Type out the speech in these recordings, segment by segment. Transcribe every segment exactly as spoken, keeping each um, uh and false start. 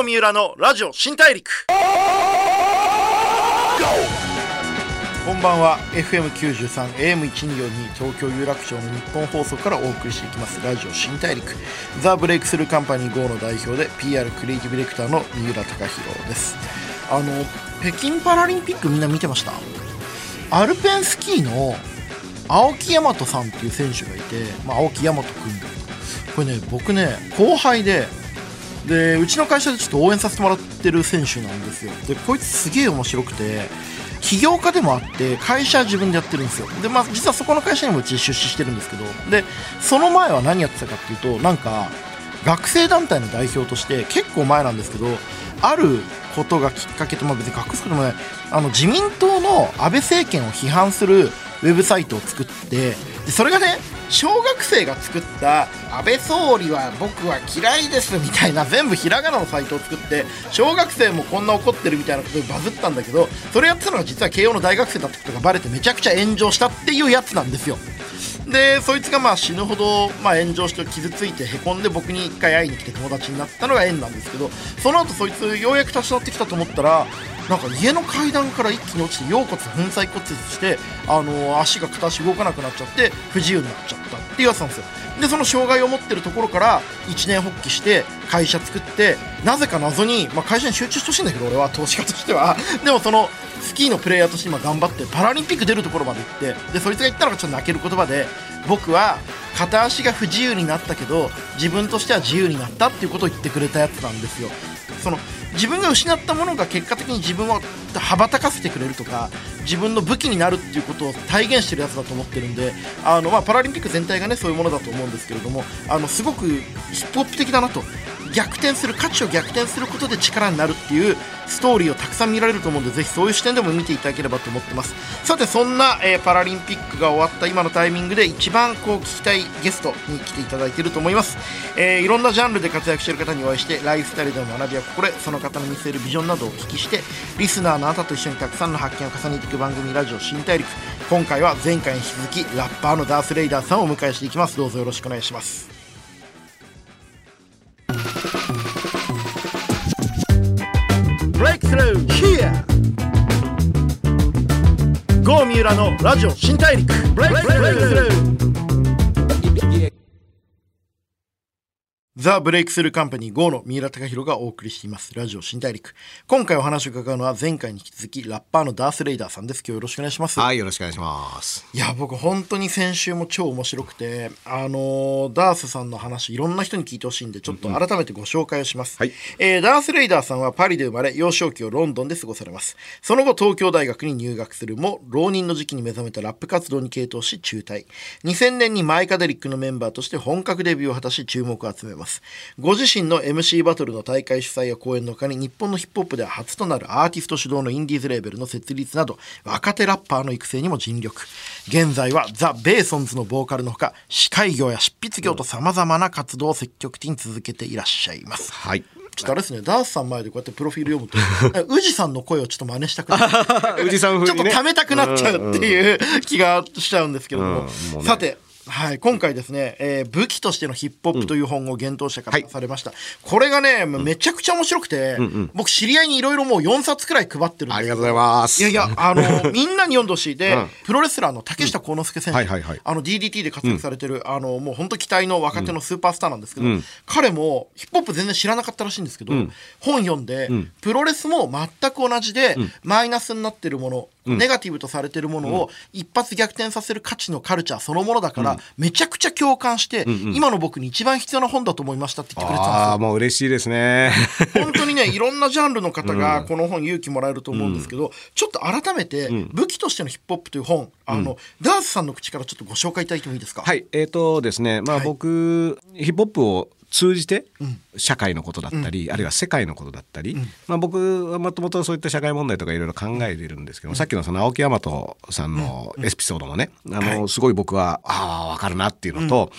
郷三浦のラジオ新大陸。こんばんは。 エフエムきゅうじゅうさん エーエムせんにひゃくよんじゅうに 東京有楽町の日本放送からお送りしていきますラジオ新大陸。ザ・ブレイクスルーカンパニー ゴー の代表で ピーアール クリエイティブディレクターの三浦貴大です。あの北京パラリンピックみんな見てました？アルペンスキーの青木大和さんっていう選手がいて、まあ、青木大和君、これね僕ね後輩ででうちの会社でちょっと応援させてもらってる選手なんですよ。でこいつすげえ面白くて、起業家でもあって会社は自分でやってるんですよ。でまあ実はそこの会社にもうち出資してるんですけど、でその前は何やってたかっていうと、なんか学生団体の代表として結構前なんですけど、あることがきっかけと、まあ別に隠すこともない、あの自民党の安倍政権を批判するウェブサイトを作って、でそれがね小学生が作った安倍総理は僕は嫌いですみたいな全部ひらがなのサイトを作って、小学生もこんな怒ってるみたいなことでバズったんだけど、それやってたのが実は慶応の大学生だったことがバレてめちゃくちゃ炎上したっていうやつなんですよ。でそいつがまあ死ぬほどまあ炎上して傷ついてへこんで僕に一回会いに来て友達になったのが縁なんですけど、その後そいつようやく立ち直ってきたと思ったら、なんか家の階段から一気に落ちて腰骨粉砕骨折して、あのー、足が片足動かなくなっちゃって不自由になっちゃったっていうやつなんですよ。でその障害を持ってるところから一年発起して会社作って、なぜか謎に、まあ、会社に集中してほしいんだけど俺は投資家としてはでもそのスキーのプレイヤーとして今頑張ってパラリンピック出るところまで行って、でそいつが言ったのがちょっと泣ける言葉で、僕は片足が不自由になったけど自分としては自由になったっていうことを言ってくれたやつなんですよ。その自分が失ったものが結果的に自分を羽ばたかせてくれるとか、自分の武器になるっていうことを体現してるやつだと思ってるんで、あの、まあ、パラリンピック全体がねそういうものだと思うんですけれども、あのすごくヒップホップ的だなと、逆転する価値を逆転することで力になるっていうストーリーをたくさん見られると思うんで、ぜひそういう視点でも見ていただければと思ってます。さてそんな、えー、パラリンピックが終わった今のタイミングで一番こう聞きたいゲストに来ていただいていると思います。えー、いろんなジャンルで活躍している方にお会いして、ライフスタイルでの学びや心得、その方の見据えるビジョンなどをお聞きして、リスナーのあなたと一緒にたくさんの発見を重ねていく番組ラジオ新大陸。今回は前回に引き続きラッパーのダース・レイダーさんをお迎えしていきます。どうぞよろしくお願いします。Breakthrough here 郷三浦のラジオ新大陸。 Breakthroughザ・ブレイクスルーカンパニー ゴー の三浦貴大がお送りしていますラジオ新大陸。今回お話を伺うのは前回に引き続きラッパーのダース・レイダーさんです。今日よろしくお願いします。 はい、よろしくお願いします。 いや僕本当に先週も超面白くて、あのー、ダースさんの話いろんな人に聞いてほしいんでちょっと改めてご紹介をします、うんうんはいえー、ダース・レイダーさんはパリで生まれ、幼少期をロンドンで過ごされます。その後東京大学に入学するも、浪人の時期に目覚めたラップ活動に傾倒し中退。にせんねんにマイカデリックのメンバーとして本格デビューを果たし注目を集めます。ご自身の エムシー バトルの大会主催や講演の他に、日本のヒップホップでは初となるアーティスト主導のインディーズレーベルの設立など、若手ラッパーの育成にも尽力。現在はザ・ベーソンズのボーカルのほか、司会業や執筆業とさまざまな活動を積極的に続けていらっしゃいます。 はい、 ちょっとあれですね、ダースさん前でこうやってプロフィール読むと宇治さんの声をちょっと真似したくなる宇治さん風にね、 ちょっとためたくなっちゃうっていう気がしちゃうんですけども、うんうんもうね、さてはい、今回ですね、えー、武器としてのヒップホップという本を幻冬舎からされました、うんはい、これがねめちゃくちゃ面白くて、うんうん、僕知り合いにいろいろもうよんさつくらい配ってるんです。 ありがとうございます。 いやいやあのみんなに読んでほしいで、うん、プロレスラーの竹下幸之助選手、うんはいはいはい、あの ディーディーティー で活躍されてる、うん、あのもう本当期待の若手のスーパースターなんですけど、うん、彼もヒップホップ全然知らなかったらしいんですけど、うん、本読んで、うん、プロレスも全く同じで、うん、マイナスになってるもの、うん、ネガティブとされてるものを一発逆転させる価値のカルチャーそのものだから、うん、めちゃくちゃ共感して、うんうん、今の僕に一番必要な本だと思いましたって言ってくれてたんですよ。 あーもう嬉しいですね本当にねいろんなジャンルの方がこの本勇気もらえると思うんですけど、うん、ちょっと改めて武器としてのヒップホップという本、あの、うん、ダースさんの口からちょっとご紹介いただいてもいいですか。 はい、えーとですね、まあ僕、はい、ヒップホップを通じて社会のことだったり、うん、あるいは世界のことだったり、うんまあ、僕はもともとそういった社会問題とかいろいろ考えているんですけど、うん、さっきのその青木大和さんのエピソードもね、うん、あのすごい僕はああ分かるなっていうのと、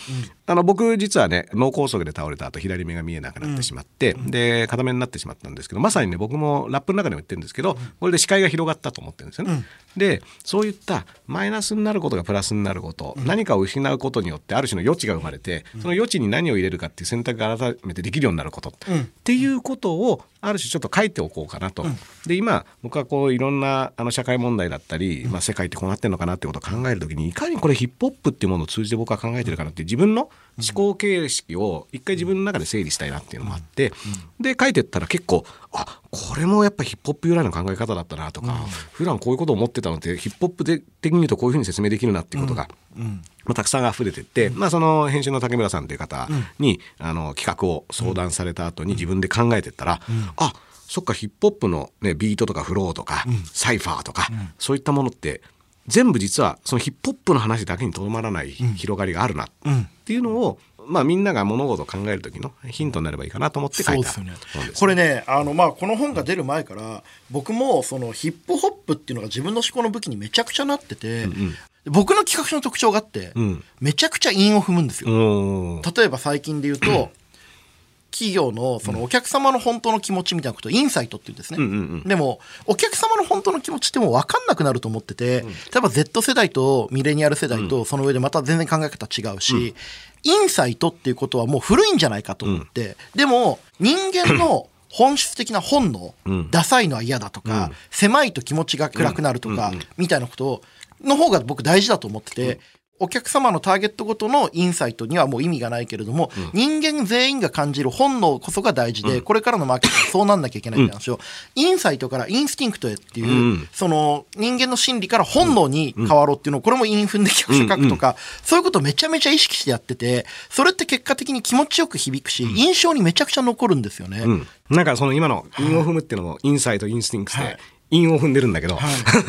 あの僕実はね脳梗塞で倒れた後左目が見えなくなってしまって、うん、で片目になってしまったんですけど、まさにね僕もラップの中でも言ってるんですけど、うん、これで視界が広がったと思ってるんですよね、うん、でそういったマイナスになることがプラスになること、うん、何かを失うことによってある種の余地が生まれて、うん、その余地に何を入れるかっていう選択が改めてできるようになること、うん、っていうことをある種ちょっと書いておこうかなと、うん、で今僕はこういろんなあの社会問題だったり、まあ、世界ってこうなってるのかなってことを考えるときにいかにこれヒップホップっていうものを通じて僕は考えてるかなっていう自分の思考形式を一回自分の中で整理したいなっていうのもあって、うん、で書いてったら結構あこれもやっぱヒップホップ由来の考え方だったなとか、うん、普段こういうことを思ってたのってヒップホップ的に言うとこういうふうに説明できるなっていうことが、うんうんまあ、たくさん溢れてって、うんまあ、その編集の竹村さんという方に、うん、あの企画を相談された後に自分で考えてったら、うん、あそっかヒップホップの、ね、ビートとかフローとか、うん、サイファーとか、うん、そういったものって全部実はそのヒップホップの話だけにとどまらない広がりがあるなっていうのを、まあ、みんなが物事を考える時のヒントになればいいかなと思って書いた本です。 これねあの、まあ、この本が出る前から僕もそのヒップホップっていうのが自分の思考の武器にめちゃくちゃなってて、うんうん僕の企画書の特徴があって、うん、めちゃくちゃ韻を踏むんですよ。例えば最近で言うと企業のそのお客様の本当の気持ちみたいなことをインサイトって言うんですね、うんうんうん、でもお客様の本当の気持ちってもう分かんなくなると思ってて、うん、例えば Z 世代とミレニアル世代とその上でまた全然考え方違うし、うん、インサイトっていうことはもう古いんじゃないかと思って、うん、でも人間の本質的な本能、うん、ダサいのは嫌だとか、うん、狭いと気持ちが暗くなるとか、うんうんうん、みたいなことをの方が僕大事だと思ってて、うん、お客様のターゲットごとのインサイトにはもう意味がないけれども、うん、人間全員が感じる本能こそが大事で、うん、これからのマーケットはそうなんなきゃいけないって話を、うん、インサイトからインスティンクトへっていう、うん、その人間の心理から本能に変わろうっていうのをこれもインフンで企画書書くとか、うん、そういうことをめちゃめちゃ意識してやってて、それって結果的に気持ちよく響くし、うん、印象にめちゃくちゃ残るんですよね、うん、 なんかその今の韻を踏むっていうのもインサイトインスティンクトで韻を踏んでるんだけど、はい、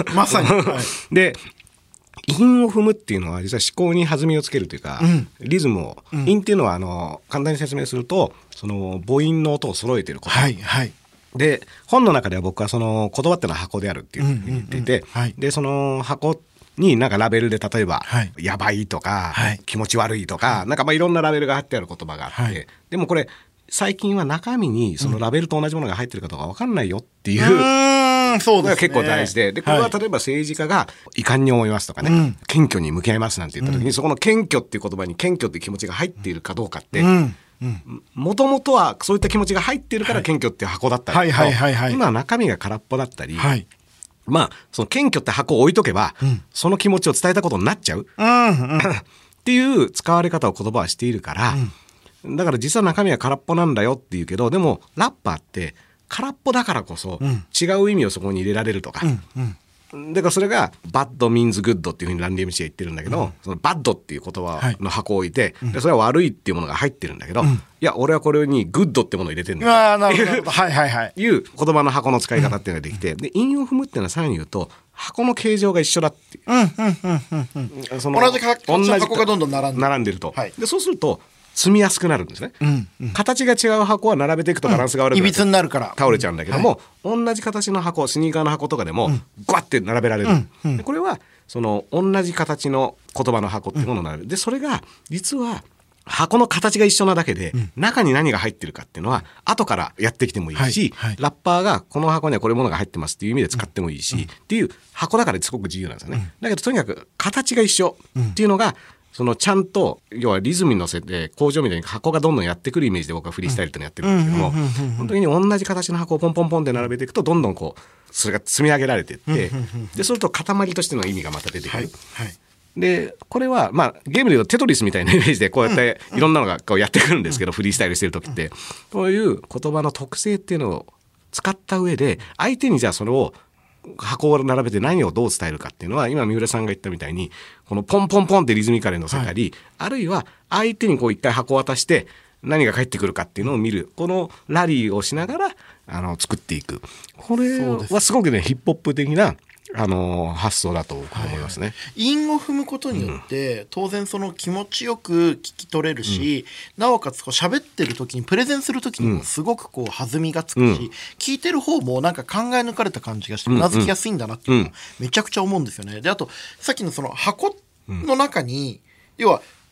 まさに、はい、 で韻を踏むっていうのは実は思考に弾みをつけるというか、うん、リズムを、うん、韻っていうのはあの簡単に説明するとその母音の音を揃えていること、はいはい、で本の中では僕はその言葉っていうのは箱であるっていうふうに言っていて、うんうんうんはい、でその箱になんかラベルで例えば、はい、やばいとか、はい、気持ち悪いとか、はい、なんかまあいろんなラベルが貼ってある言葉があって、はい、でもこれ最近は中身にそのラベルと同じものが入ってるかどうか分かんないよっていう、うん、そうですね、結構大事で、でこれは例えば政治家が遺憾に思いますとかね、うん、謙虚に向き合いますなんて言った時に、うん、そこの謙虚っていう言葉に謙虚っていう気持ちが入っているかどうかってもともとはそういった気持ちが入っているから謙虚っていう箱だったりとか、今は中身が空っぽだったり、はい、まあその謙虚って箱を置いとけば、うん、その気持ちを伝えたことになっちゃう、うんうん、っていう使われ方を言葉はしているから、うん、だから実は中身は空っぽなんだよっていうけど、でもラッパーって空っぽだからこそ違う意味をそこに入れられるとか、うんうん、だからそれがバッド means good っていうふうにランディ エムシー は言ってるんだけど、うん、そのバッドっていう言葉の箱を置いて、はい、でそれは悪いっていうものが入ってるんだけど、うん、いや俺はこれにグッドってものを入れてるんだっていうはいはいはいいう言葉の箱の使い方っていうのができて、うん、で韻を踏むっていうのはさらに言うと箱の形状が一緒だっていう、うんうんうんうん、その同じ箱がどんどん並んでる、 並んでると、はい、でそうすると積みやすくなるんですね、うんうん、形が違う箱は並べていくとバランスが悪くなって、うん、いびつになるから倒れちゃうんだけども、うんはい、同じ形の箱スニーカーの箱とかでも、うん、グワッて並べられる、うんうん、でこれはその同じ形の言葉の箱っていうものになる、うん、でそれが実は箱の形が一緒なだけで、うん、中に何が入ってるかっていうのは後からやってきてもいいし、はいはい、ラッパーがこの箱にはこれものが入ってますっていう意味で使ってもいいし、うん、っていう箱だからすごく自由なんですよね、うん、だけどとにかく形が一緒っていうのが、うんそのちゃんと要はリズムに乗せて工場みたいに箱がどんどんやってくるイメージで僕はフリースタイルってのやってるんですけども、本当に同じ形の箱をポンポンポンって並べていくとどんどんこうそれが積み上げられていって、でそれと塊としての意味がまた出てくる、はいはい、でこれはまあゲームでいうとテトリスみたいなイメージでこうやっていろんなのがこうやってくるんですけど、フリースタイルしてる時ってこういう言葉の特性っていうのを使った上で相手にじゃあそれを箱を並べて何をどう伝えるかっていうのは今三浦さんが言ったみたいにこのポンポンポンってリズミカルに乗せたり、はい、あるいは相手にこう一回箱を渡して何が返ってくるかっていうのを見るこのラリーをしながらあの作っていく、これはすごくねヒップホップ的なあの発想だと思いますね。 韻、はい、を踏むことによって、うん、当然その気持ちよく聞き取れるし、うん、なおかつこう喋ってる時にプレゼンする時にもすごくこう弾みがつくし、うん、聞いてる方もなんか考え抜かれた感じがしてうなずきやすいんだなっていうのをめちゃくちゃ思うんですよね。であとさっきのその箱の中に、うん、要は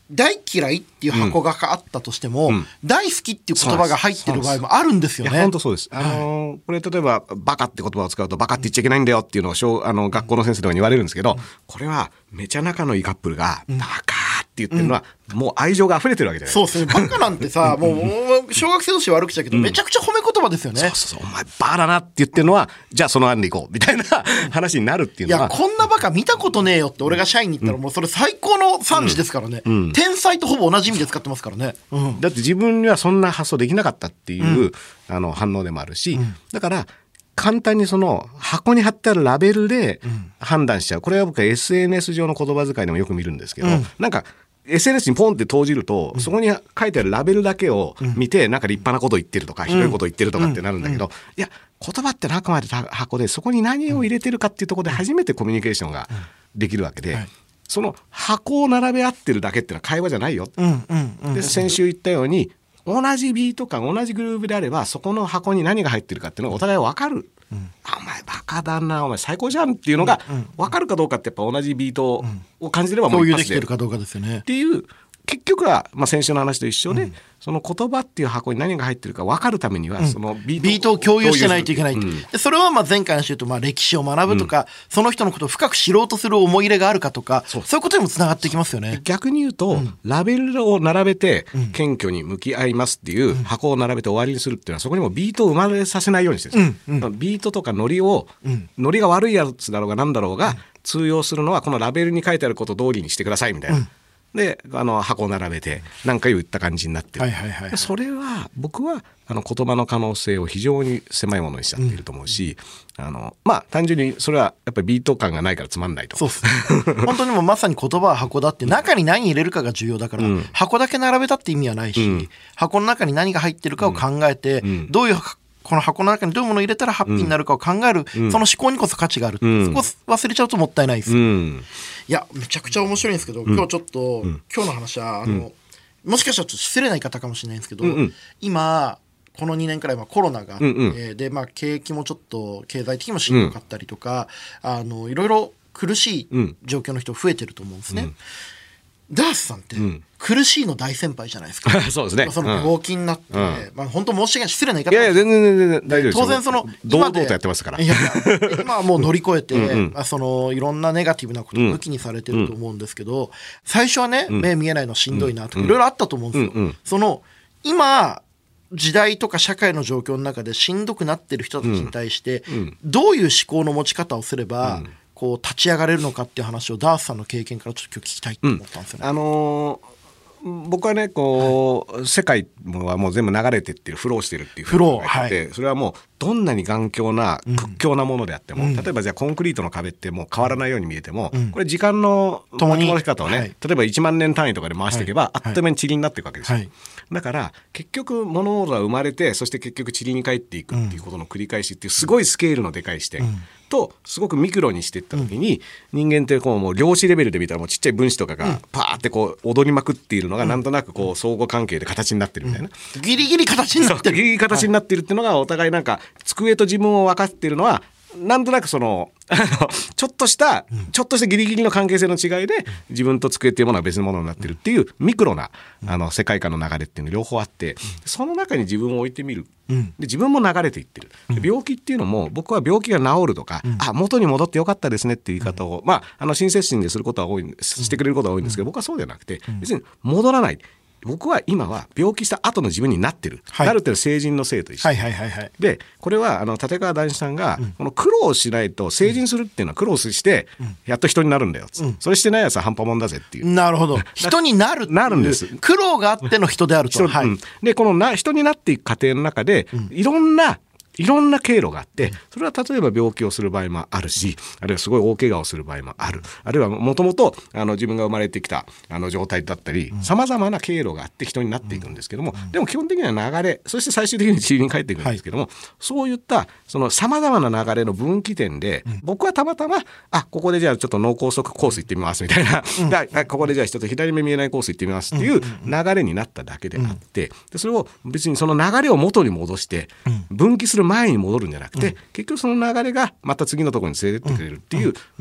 大嫌いっていう箱があったとしても、うん、大好きっていう言葉が入ってる場合もあるんですよね。 本当そうです。あのー、これ例えばバカって言葉を使うとバカって言っちゃいけないんだよっていうのを小あの学校の先生とかに言われるんですけど、うん、これはめちゃ仲のいいカップルがバカって言ってるのは、うん、もう愛情が溢れてるわけじゃないですか。 そうですね。バカなんてさもう小学生同士悪口だけど、うん、めちゃくちゃ褒め言葉ですよね。 そうそうそう、お前バカだなって言ってるのはじゃあその案でいこうみたいな話になるっていうのは、 いやこんなバカ見たことねえよって俺が社員に言ったら、もうそれ最高の賛辞ですからね、うんうん、天才とほぼ同じ意味で使ってますからね、うん、 だって自分にはそんな発想できなかったっていう、うん、あの反応でもあるし、うん、だから簡単にその箱に貼ってあるラベルで判断しちゃう。これは僕は エスエヌエス 上の言葉遣いでもよく見るんですけど、うん、なんか エスエヌエス にポンって投じると、うん、そこに書いてあるラベルだけを見て、うん、なんか立派なことを言ってるとか、うん、ひどいことを言ってるとかってなるんだけど、うん、いや言葉ってあくまで箱でそこに何を入れてるかっていうところで初めてコミュニケーションができるわけで、うんはい、その箱を並べ合ってるだけっていうのは会話じゃないよ、うんうんうん、で先週言ったように同じビート感同じグルーヴであればそこの箱に何が入ってるかっていうのがお互い分かる、うん、お前バカだなお前最高じゃんっていうのが分かるかどうかってやっぱ同じビートを感じればもう一発で共有できてるかどうかですよねっていう結局は、まあ、先週の話と一緒で、うん、その言葉っていう箱に何が入ってるか分かるためには、うん、そのビート、 ビートを共有してないといけない、うん、でそれはまあ前回の週とまあ歴史を学ぶとか、うん、その人のことを深く知ろうとする思い入れがあるかとか、そう、そういうことにもつながっていきますよね。 逆に言うと、うん、ラベルを並べて謙虚に向き合いますっていう箱を並べて終わりにするっていうのはそこにもビートを生まれさせないようにしてるんですよ、うんうん、ビートとかノリを、うん、ノリが悪いやつだろうが何だろうが、うん、通用するのはこのラベルに書いてあること通りにしてくださいみたいな、うんであの箱を並べて何回言った感じになってる、はいはいはいはい、それは僕はあの言葉の可能性を非常に狭いものにしちゃっていると思うし、うん、あのまあ単純にそれはやっぱりビート感がないからつまんないと。 そうです本当にもうまさに言葉は箱だって中に何入れるかが重要だから、うん、箱だけ並べたって意味はないし、うん、箱の中に何が入ってるかを考えて、うん、どういうこの箱の中にどういうものを入れたらハッピーになるかを考える、うん、その思考にこそ価値がある、うん、そこ忘れちゃうともったいないです、うん、いやめちゃくちゃ面白いんですけど、うん、今日ちょっと、うん、今日の話はあの、うん、もしかしたらちょっと失礼な言い方かもしれないんですけど、うんうん、今このにねんくらいはコロナがあって、うんうんえー、でまあ景気もちょっと経済的にもしんどかったりとか、うん、あのいろいろ苦しい状況の人増えてると思うんですね、うんダースさんって苦しいの大先輩じゃないですか、うん、 そうですね、 その病気になって、うんまあ、本当申し訳ない失礼な言い方いやいや全然全然大丈夫です。 当然その堂々とやってますからいや今はもう乗り越えてうん、まあ、そのいろんなネガティブなことを抜きにされてると思うんですけど、うん、最初はね、うん、目見えないのしんどいなとかいろいろあったと思うんですよ、うんうん、その今時代とか社会の状況の中でしんどくなってる人たちに対して、うん、どういう思考の持ち方をすれば、うんこう立ち上がれるのかっていう話をダースさんの経験からちょっと今日聞きたいと思ったんですよね、 うんあのー、僕はねこう、はい、世界はもう全部流れてってるフローしてるっていうふうに考えてて、はい、それはもうどんなに頑強な屈強なものであっても、うん、例えばじゃあコンクリートの壁ってもう変わらないように見えても、うん、これ時間の巻き戻し方をね、はい、例えばいちまんねん単位とかで回していけば、はい、あっという間に塵になっていくわけですよ、はい、だから結局物事は生まれてそして結局塵に帰っていくっていうことの繰り返しっていうすごいスケールのでかい視点、うんとすごくミクロにしていった時に、うん、人間ってこうもう量子レベルで見たらもうちっちゃい分子とかがパーってこう踊りまくっているのがなんとなくこう相互関係で形になってるみたいな、 うん、ギリギリ形になってるギリギリ形になってるっていうのがお互いなんか机と自分を分かっているのはなんとなくそのちょっとした、うん、ちょっとしたギリギリの関係性の違いで自分と机っていうものは別のものになってるっていうミクロな、うん、あの世界観の流れっていうの両方あって、うん、その中に自分を置いてみる、うん、で自分も流れていってる、うん、病気っていうのも僕は病気が治るとか、うん、あ元に戻ってよかったですねっていう言い方を、うん、まああの親切心ですることは多いしてくれることは多いんですけど、僕はそうじゃなくて別に戻らない。僕は今は病気した後の自分になってる、はい、なるっていうのは成人の性と一緒、はいはいはいはい、でこれはあの立川談志さんが、うん、この苦労しないと成人するっていうのは苦労してやっと人になるんだよ、うん、それしてないやつは半端もんだぜっていう。 なるほど人になるなるんです苦労があっての人であると、はい、 でこのな人になっていく過程の中で、うん、いろんないろんな経路があって、それは例えば病気をする場合もあるし、あるいはすごい大怪我をする場合もある、あるいはもともと自分が生まれてきたあの状態だったり、さまざまな経路があって人になっていくんですけども、でも基本的には流れ、そして最終的に塵に帰っていくんですけども、はい、そういったそのさまざまな流れの分岐点で、僕はたまたまあここでじゃあちょっと脳梗塞コース行ってみますみたいな、うん、ここでじゃあ一つ左目見えないコース行ってみますっていう流れになっただけであって、でそれを別にその流れを元に戻して分岐する前に戻るんじゃなくて、うん、結局その流れがまた次のところに連れてってくれるっていう、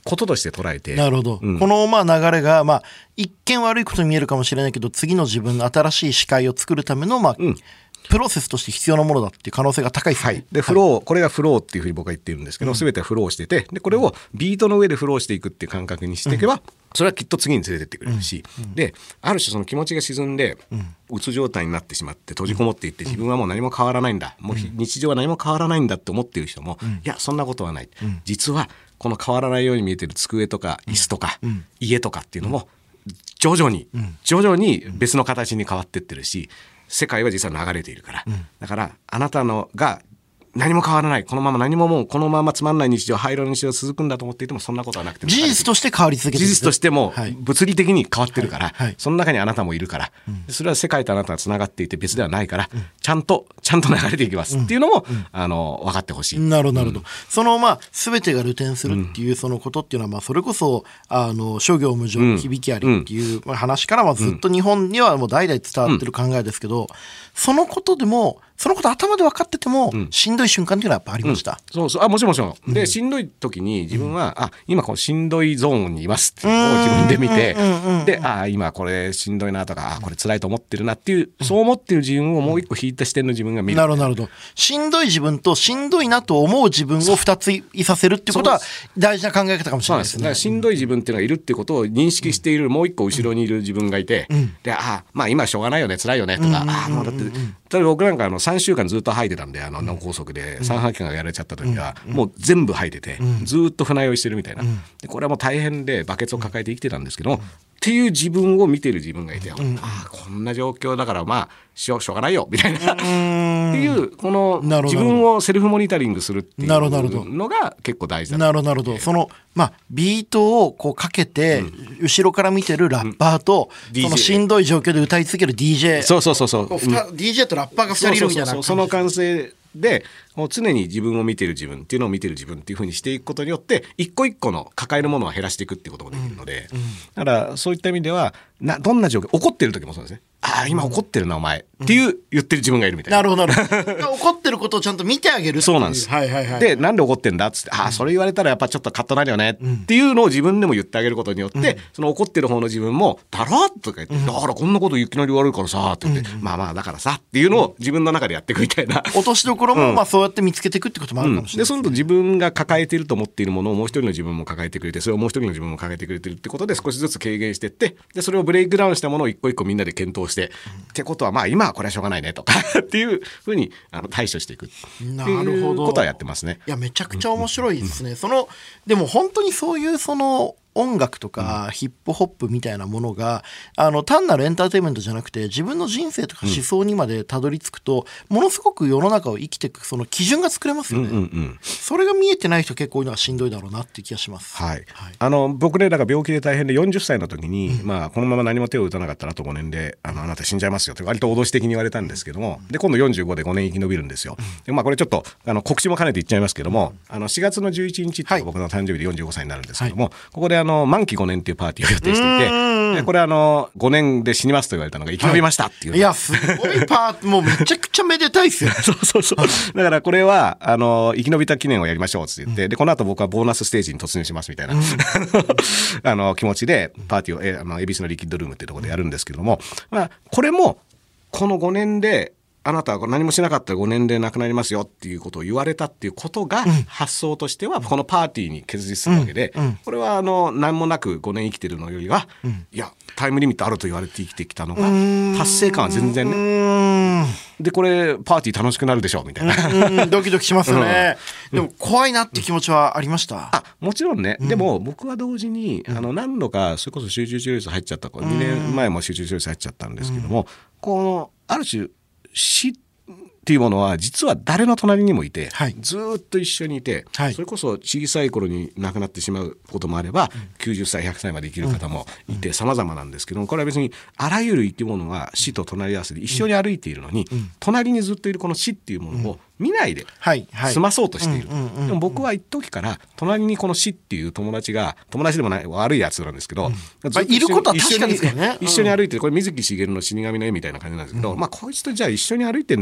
こととして捉えて。 なるほど、うん、このまあ流れがまあ一見悪いことに見えるかもしれないけど、次の自分の新しい視界を作るためのまあ、うん、プロセスとして必要なものだっていう可能性が高いですね。はい、 でフロー、はい、これがフローっていうふうに僕は言ってるんですけど、すべ、うん、てフローしてて、でこれをビートの上でフローしていくっていう感覚にしていけば、うん、それはきっと次に連れてってくれるし、うん、である種その気持ちが沈んで、うん、うつ状態になってしまって閉じこもっていって、自分はもう何も変わらないんだ、もう日常は何も変わらないんだって思っている人も、うん、いやそんなことはない、うん、実はこの変わらないように見えている机とか椅子とか、うん、家とかっていうのも徐々に、うん、徐々に別の形に変わっていってるし、世界は実は流れているから、うん、だからあなたのが何も変わらない、このまま何ももうこのままつまんない日常、灰色の日常続くんだと思っていてもそんなことはなくて、 事実として変わり続けてる、 事実としても物理的に変わってるから、 はいはいはい、 その中にあなたもいるから、うん、それは世界とあなたがつながっていて別ではないから、うん、ちゃんとちゃんと流れていきますっていうのも、うん、あの分かってほしい。 なるほどなるほど、うん、そのまあ全てが流転するっていうそのことっていうのは、まあそれこそあの諸行無常響きありっていう話からはずっと日本にはもう代々伝わってる考えですけど、そのことでもそのこと頭で分かってても、うん、しんどい瞬間っていうのはやっぱありました。 うん、そうそう、あもちろんもちろん。で、しんどい時に自分は、うん、あ今このしんどいゾーンにいますっていうのを自分で見て、で、あ今これしんどいなとか、あこれ辛いと思ってるなっていう、うん、そう思ってる自分をもう一個引いた視点の自分が見る。 なるほどなるほど。しんどい自分としんどいなと思う自分をふたついさせるっていうことは大事な考え方かもしれないですね。 そうなんです。だからしんどい自分っていうのがいるっていうことを認識している、もう一個後ろにいる自分がいて、うん、で、あまあ今しょうがないよね、辛いよねとか、あもうだって、例えば僕なんかあのさんしゅうかんずっと吐いてたんで、あの脳梗塞で三半規管がやられちゃった時はもう全部吐いてて、ずっと船酔いしてるみたいな、でこれはもう大変でバケツを抱えて生きてたんですけど、っていう自分を見てる自分がいて、うん、あこんな状況だからまあしょしょうがないよみたいなっていうこの自分をセルフモニタリングするっていうのが結構大事だなるほどなるほど。そのまあビートをこうかけて、うん、後ろから見てるラッパーと、うん、そのしんどい状況で歌い続ける ディージェー、 そうそうそうそう、うん、 ディージェー とラッパーがふたりいるみたいな、 そうそうそう、その完成でもう常に自分を見てる自分っていうのを見てる自分っていう風にしていくことによって一個一個の抱えるものを減らしていくっていうこともできるので、うんうん、だからそういった意味ではなどんな状況、怒ってる時もそうですね、ああ今怒ってるなお前、うん、っていう言ってる自分がいるみたいな、 なるほどなるほど怒ってることをちゃんと見てあげるっていう、 そうなんです、 はいはいはい、 でなんで怒ってんだっつって、ああそれ言われたらやっぱちょっとカッとなるよねっていうのを自分でも言ってあげることによって、うん、その怒ってる方の自分もだろとか言って、うん、だからこんなこといきなり言われるからさって言って、うん、まあまあだからさっていうのを自分の中でやっていくみたいな、 落としどころもまあそうやって見つけていくってこともあるかもしれない、ね、うん、 でそのと自分が抱えていると思っているものをもう一人の自分も抱えてくれて、それをもう一人の自分も抱えてくれてるってことで少しずつ軽減していって、でそれをブレイクダウンしたものを一個一個みんなで検討して、うん、ってことはまあ今はこれはしょうがないねとかっていうふうにあの対処していくっていうことはやってますね。 いやめちゃくちゃ面白いですね、うん、そのでも本当にそういうその音楽とかヒップホップみたいなものがあの単なるエンターテインメントじゃなくて自分の人生とか思想にまでたどり着くと、うん、ものすごく世の中を生きていくその基準が作れますよね、うんうんうん、それが見えてない人結構多いのがしんどいだろうなって気がします、 はいはい、あの僕ねだから病気で大変でよんじゅっさいの時に、うんまあ、このまま何も手を打たなかったらあとごねんで あのあなた死んじゃいますよって割と脅し的に言われたんですけども、で今度よんじゅうごでごねん生き延びるんですよ、で、まあ、これちょっとあの告知も兼ねて言っちゃいますけども、あのしがつのじゅういちにちっていうのが僕の誕生日でよんじゅうごさいになるんですけども、はい、ここであの満期ごねんっていうパーティーを予定していて、これあのごねんで死にますと言われたのが生き延びましたっていう、はい、 いやすごいパーティーもうめちゃくちゃめでたいですよそうそうそうだからこれはあの生き延びた記念をやりましょうって言って、うん、でこの後僕はボーナスステージに突入しますみたいな、うん、あの気持ちでパーティーをえあの恵比寿のリキッドルームっていうところでやるんですけども、まあ、これもこのごねんであなたは何もしなかったらごねんで亡くなりますよっていうことを言われたっていうことが発想としてはこのパーティーに結実するわけで、これはあの何もなくごねん生きてるのよりは、いやタイムリミットあると言われて生きてきたのが達成感は全然ね、でこれパーティー楽しくなるでしょみたいなドキドキしますよね、うん、でも怖いなって気持ちはありました。 あもちろんね、うん、でも僕は同時にあの何度かそれこそ集中治療室入っちゃったにねんまえも集中治療室入っちゃったんですけども、このある種死っていうものは実は誰の隣にもいて、はい、ずっと一緒にいて、はい、それこそ小さい頃に亡くなってしまうこともあれば、うん、きゅうじゅっさいひゃくさいまで生きる方もいて、うん、様々なんですけども、これは別にあらゆる生き物が死と隣り合わせで一緒に歩いているのに、うん、隣にずっといるこの死っていうものを見ないで済まそうとしている。でも僕は一時から隣にこの死っていう友達が友達でもない悪いやつなんですけど、 うん、いることは確かですよね。 一緒に歩いてる、これ水木しげるの死神の絵みたいな感じなんですけど、うんまあ、こいつとじゃあ一緒に歩いてんだよなって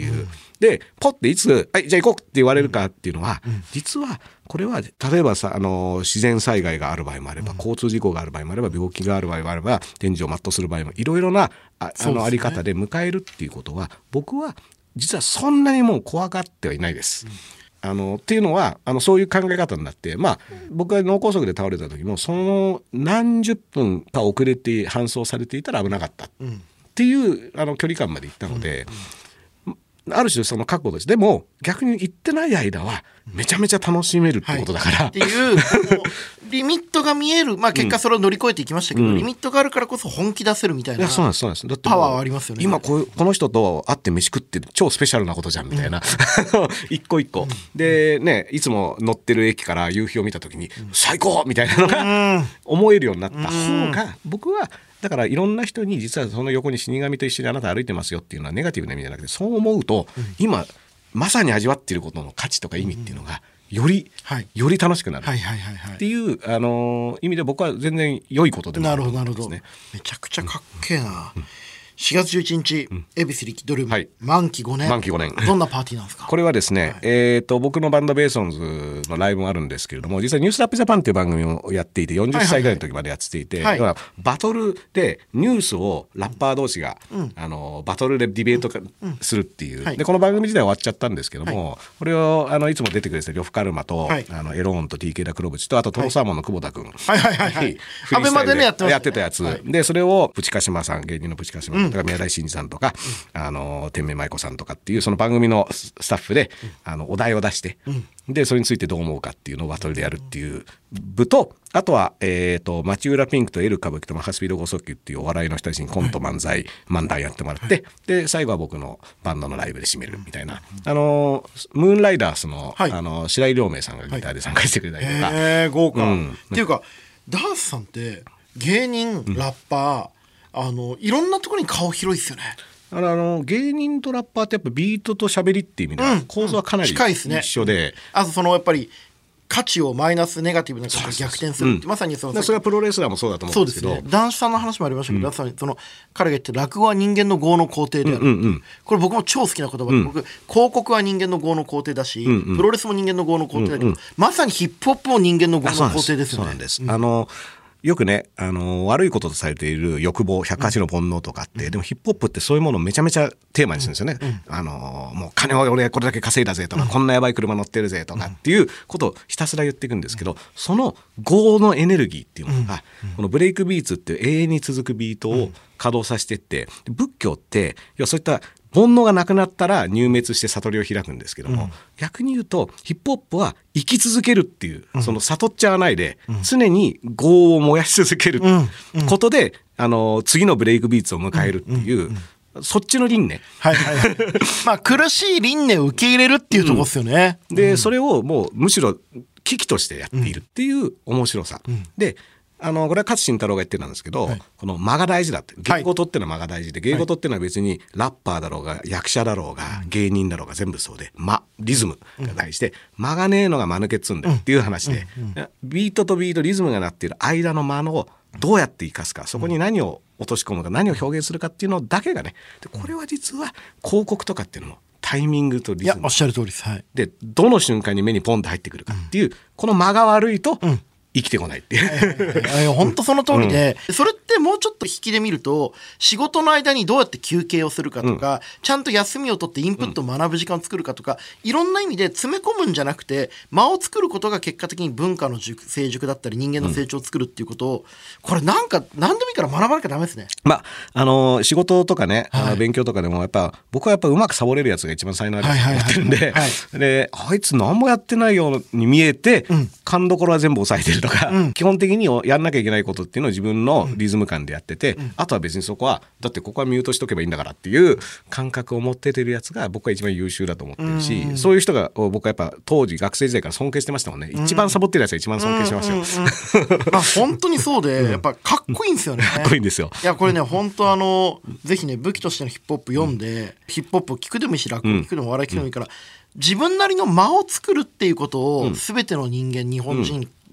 いう、うん、でポッていつはいじゃあ行こうって言われるかっていうのは、うん、実はこれは例えばさあの自然災害がある場合もあれば、うん、交通事故がある場合もあれば病気がある場合もあれば天寿を全うする場合もいろいろな あ, あのあり方で迎えるっていうことは僕は実はそんなにもう怖がってはいないです、うんあのっていうのはあのそういう考え方になって、まあ、僕が脳梗塞で倒れた時もその何十分か遅れて搬送されていたら危なかったっていうあの距離感まで行ったので、ある種その覚悟です。でも逆に行ってない間はめちゃめちゃ楽しめるってことだから、はい、 っていうリミットが見える、まあ、結果それを乗り越えていきましたけど、うん、リミットがあるからこそ本気出せるみたいな。いやそうなんですそうなんですだってパワーはありますよね。 今こうこの人と会って飯食って超スペシャルなことじゃんみたいな、うん、一個一個、うん、でねいつも乗ってる駅から夕日を見た時に、うん、最高みたいなのが思えるようになった方が僕はだからいろんな人に実はその横に死神と一緒にあなた歩いてますよっていうのはネガティブな意味じゃなくて、そう思うと、うん、今まさに味わっていることの価値とか意味っていうのがより、はい、より楽しくなるっていう、あのー、意味で僕は全然良いことでもあるんですね。なるほどなるほど。 めちゃくちゃかっけえな、うんしがつじゅういちにち、うん、恵比寿リキッドルーム、はい、満期ごねん満期ごねんどんなパーティーなんですか？ これはですね、はいえー、と僕のバンドベーソンズのライブもあるんですけれども、実はニュースラップジャパンという番組をやっていてよんじゅっさいぐらいの時までやっていて、はいはいはい、バトルでニュースをラッパー同士が、うん、あのバトルでディベートするっていう、うんうん、でこの番組自体は終わっちゃったんですけども、はい、これをあのいつも出てくれてる呂布カルマと、はい、あのエローンと ティーケー ダクロブチとあとトロサーモンの久保田君、 はいはいはいはい、アベマでねやってましたね、 やってたやつ、はい、でそれをプチカシマさん芸人のプチカシマさんとか、うん、宮台真司さんとか、うん、あの天命舞子さんとかっていうその番組のスタッフで、うん、あのお題を出して、うん、でそれについてどう思うかっていうのをバトルでやるっていう部と、あとは、えー、と町浦ピンクとエル歌舞伎とマハスピード剛速球っていうお笑いの人たちにコント漫才、はい、漫談やってもらって、はい、で最後は僕のバンドのライブで締めるみたいな、あのムーンライダース の,、はい、あの白井亮明さんがギターで参加してくれたりとか、 はい、へー豪華、うん、っていうかダースさんって芸人ラッパー、うん、あのいろんなところに顔広いですよね。 あのあの芸人とラッパーってやっぱビートと喋りっていう意味では構造はかなり一緒で、うんうん、ね、 あとそのやっぱり価値をマイナスネガティブなことで逆転するって、うん、まさにそのそれはプロレスラーもそうだと思うんですけど、そうですね、 男子さんの話もありましたけど、うん、その彼が言って落語は人間の業の肯定である、うんうんうん、これ僕も超好きな言葉で、うん、僕広告は人間の業の肯定だし、うんうん、プロレスも人間の業の肯定だけど、うんうん、まさにヒップホップも人間の業の肯定ですよね。 そうなんです、うん、あのよくね、あの悪いこととされている欲望ひゃくはちの煩悩とかって、うん、でもヒップホップってそういうものをめちゃめちゃテーマにするんですよね、うん、あのもう金を俺これだけ稼いだぜとか、うん、こんなやばい車乗ってるぜとかっていうことをひたすら言っていくんですけど、うん、その業のエネルギーっていうものが、うん、このブレイクビーツっていう永遠に続くビートを稼働させていって、仏教って要はそういった煩悩がなくなったら入滅して悟りを開くんですけども、うん、逆に言うとヒップホップは生き続けるっていう、うん、その悟っちゃわないで、うん、常に業を燃やし続けることで、うんうん、あの次のブレイクビーツを迎えるっていう、うんうんうん、そっちの輪廻、 はいはいはい、まあ苦しい輪廻を受け入れるっていうところですよね、 うん、でそれをもうむしろ危機としてやっているっていう面白さ、うん、であのこれは勝新太郎が言ってたんですけど、はい、この間が大事だって、芸事ってのは間が大事で、芸事ってのは別にラッパーだろうが役者だろうが芸人だろうが全部そうで、間リズムが大事で、間がねえのが間抜けっつうんだよっていう話で、ビートとビートリズムが鳴っている間の間をどうやって生かすか、そこに何を落とし込むか、何を表現するかっていうのだけがね、でこれは実は広告とかっていうのもタイミングとリズム、いやおっしゃる通りです、はい、 でどの瞬間に目にポンと入ってくるかっていう、この間が悪いと、うん生きてこないっていう本当その通りで、うん、それってもうちょっと引きで見ると仕事の間にどうやって休憩をするかとか、うん、ちゃんと休みを取ってインプットを学ぶ時間を作るかとか、うん、いろんな意味で詰め込むんじゃなくて間を作ることが結果的に文化の成熟だったり人間の成長を作るっていうことを、うん、これなんか何でもいいから学ばなきゃダメですね。 まああのー、仕事とかね、はい、あの勉強とかでもやっぱ僕はやっぱうまくサボれるやつが一番才能あると思ってるんで、はいはいはいはい、であいつ何もやってないように見えて、うん、勘どころは全部抑えてるとか、うん、基本的にやんなきゃいけないことっていうのを自分のリズム感でやってて、うん、あとは別にそこはだってここはミュートしとけばいいんだからっていう感覚を持っててるやつが僕は一番優秀だと思ってるし、うん、そういう人が僕はやっぱ当時学生時代から尊敬してましたもんね、うん、一番サボってるやつが一番尊敬してましたよ、うんうんうん、 まあ本当にそうでやっぱかっこいいんですよねかっこいいんですよ。 いやこれね本当あのぜひね武器としてのヒップホップ読んで、うん、ヒップホップを聞くでもいいし落語聞くでも笑い聞くでもいいから、うん、自分なりの間を作るっていうことを全ての人間、日本人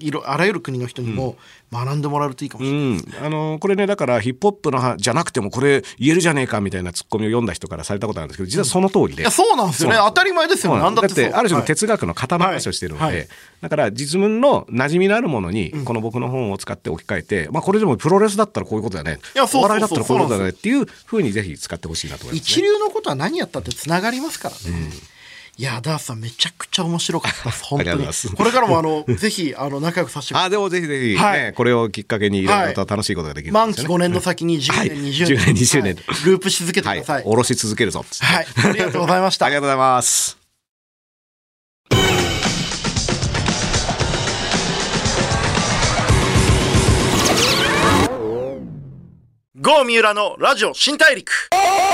いろあらゆる国の人にも学んでもらえるといいかもしれないですね、 うん、あのこれねだからヒップホップのじゃなくてもこれ言えるじゃねえかみたいなツッコミを読んだ人からされたことあるんですけど、実はその通りで、 いやそうなんですよね、当たり前ですよね。なんだってそうだってある種の哲学の型の話をしてるので、はいはい、だから自分の馴染みのあるものにこの僕の本を使って置き換えて、うん、まあ、これでもプロレスだったらこういうことだね、 いやそうそうそう、 お笑いだったらこういうことだねっていうふうにぜひ使ってほしいなと思います、ね、 一流のことは何やったってつながりますからね、うん、いやダースさんめちゃくちゃ面白かったです本当にこれからもあのぜひあの仲良くさせてください。 あでもぜひぜひ、ね、はい、これをきっかけにいろいろと楽しいことができるんですよね、 満期ごねんの先にじゅうねん、はい、にじゅうねん、 じゅうねんにじゅうねん、はい、 ループし続けてください、 はい、下ろし続けるぞっつって、 はい、ありがとうございましたありがとうございます。 郷三浦のラジオ新大陸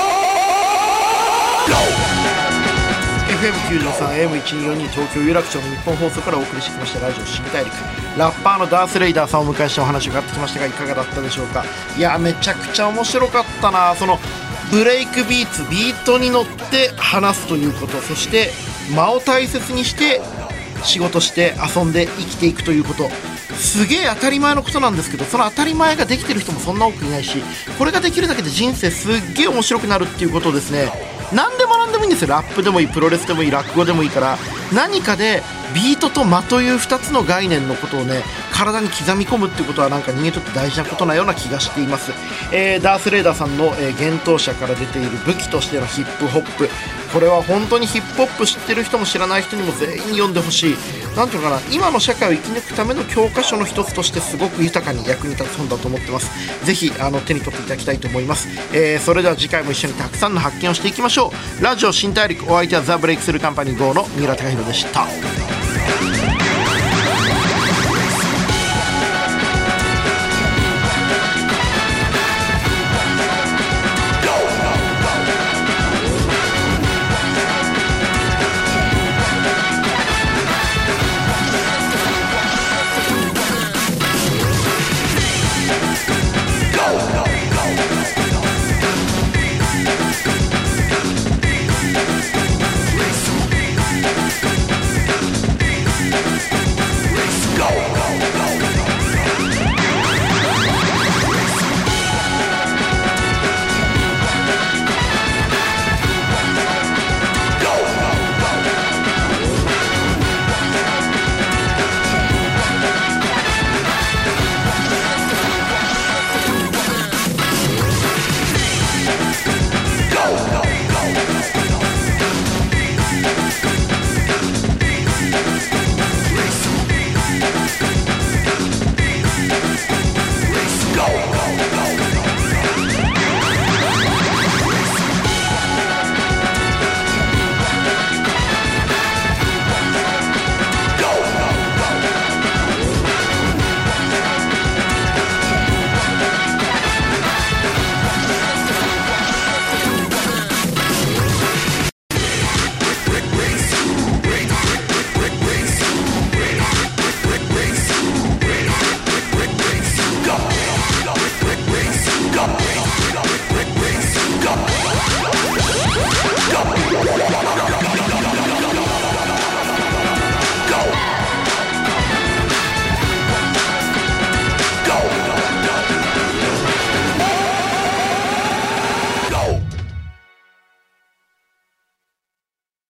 エフエムきゅうじゅうさん エーエムせんひゃくにじゅうに 東京有楽町の日本放送からお送りしてきましたラジオ新大陸、ラッパーのダースレイダーさんをお迎えしてお話を伺ってきましたがいかがだったでしょうか。いやめちゃくちゃ面白かったな。そのブレイクビーツビートに乗って話すということ、そして間を大切にして仕事して遊んで生きていくということ、すげえ当たり前のことなんですけど、その当たり前ができてる人もそんな多くいないし、これができるだけで人生すっげえ面白くなるっていうことをですね、何でも何でもいいんですよ。ラップでもいい、プロレスでもいい、落語でもいいから、何かでビートと間というふたつの概念のことをね体に刻み込むっていうことはなんか人間にとって大事なことなような気がしています、えー、ダースレーダーさんの、えー、幻冬舎から出ている武器としてのヒップホップ、これは本当にヒップホップ知ってる人も知らない人にも全員読んでほしい、なんていうのかな、今の社会を生き抜くための教科書の一つとしてすごく豊かに役に立つ本だと思ってます。ぜひあの手に取っていただきたいと思います、えー、それでは次回も一緒にたくさんの発見をしていきましょう。ラジオ新大陸、お相手はザ・ブレイクスルーカンパニーゴーの三浦貴大でした。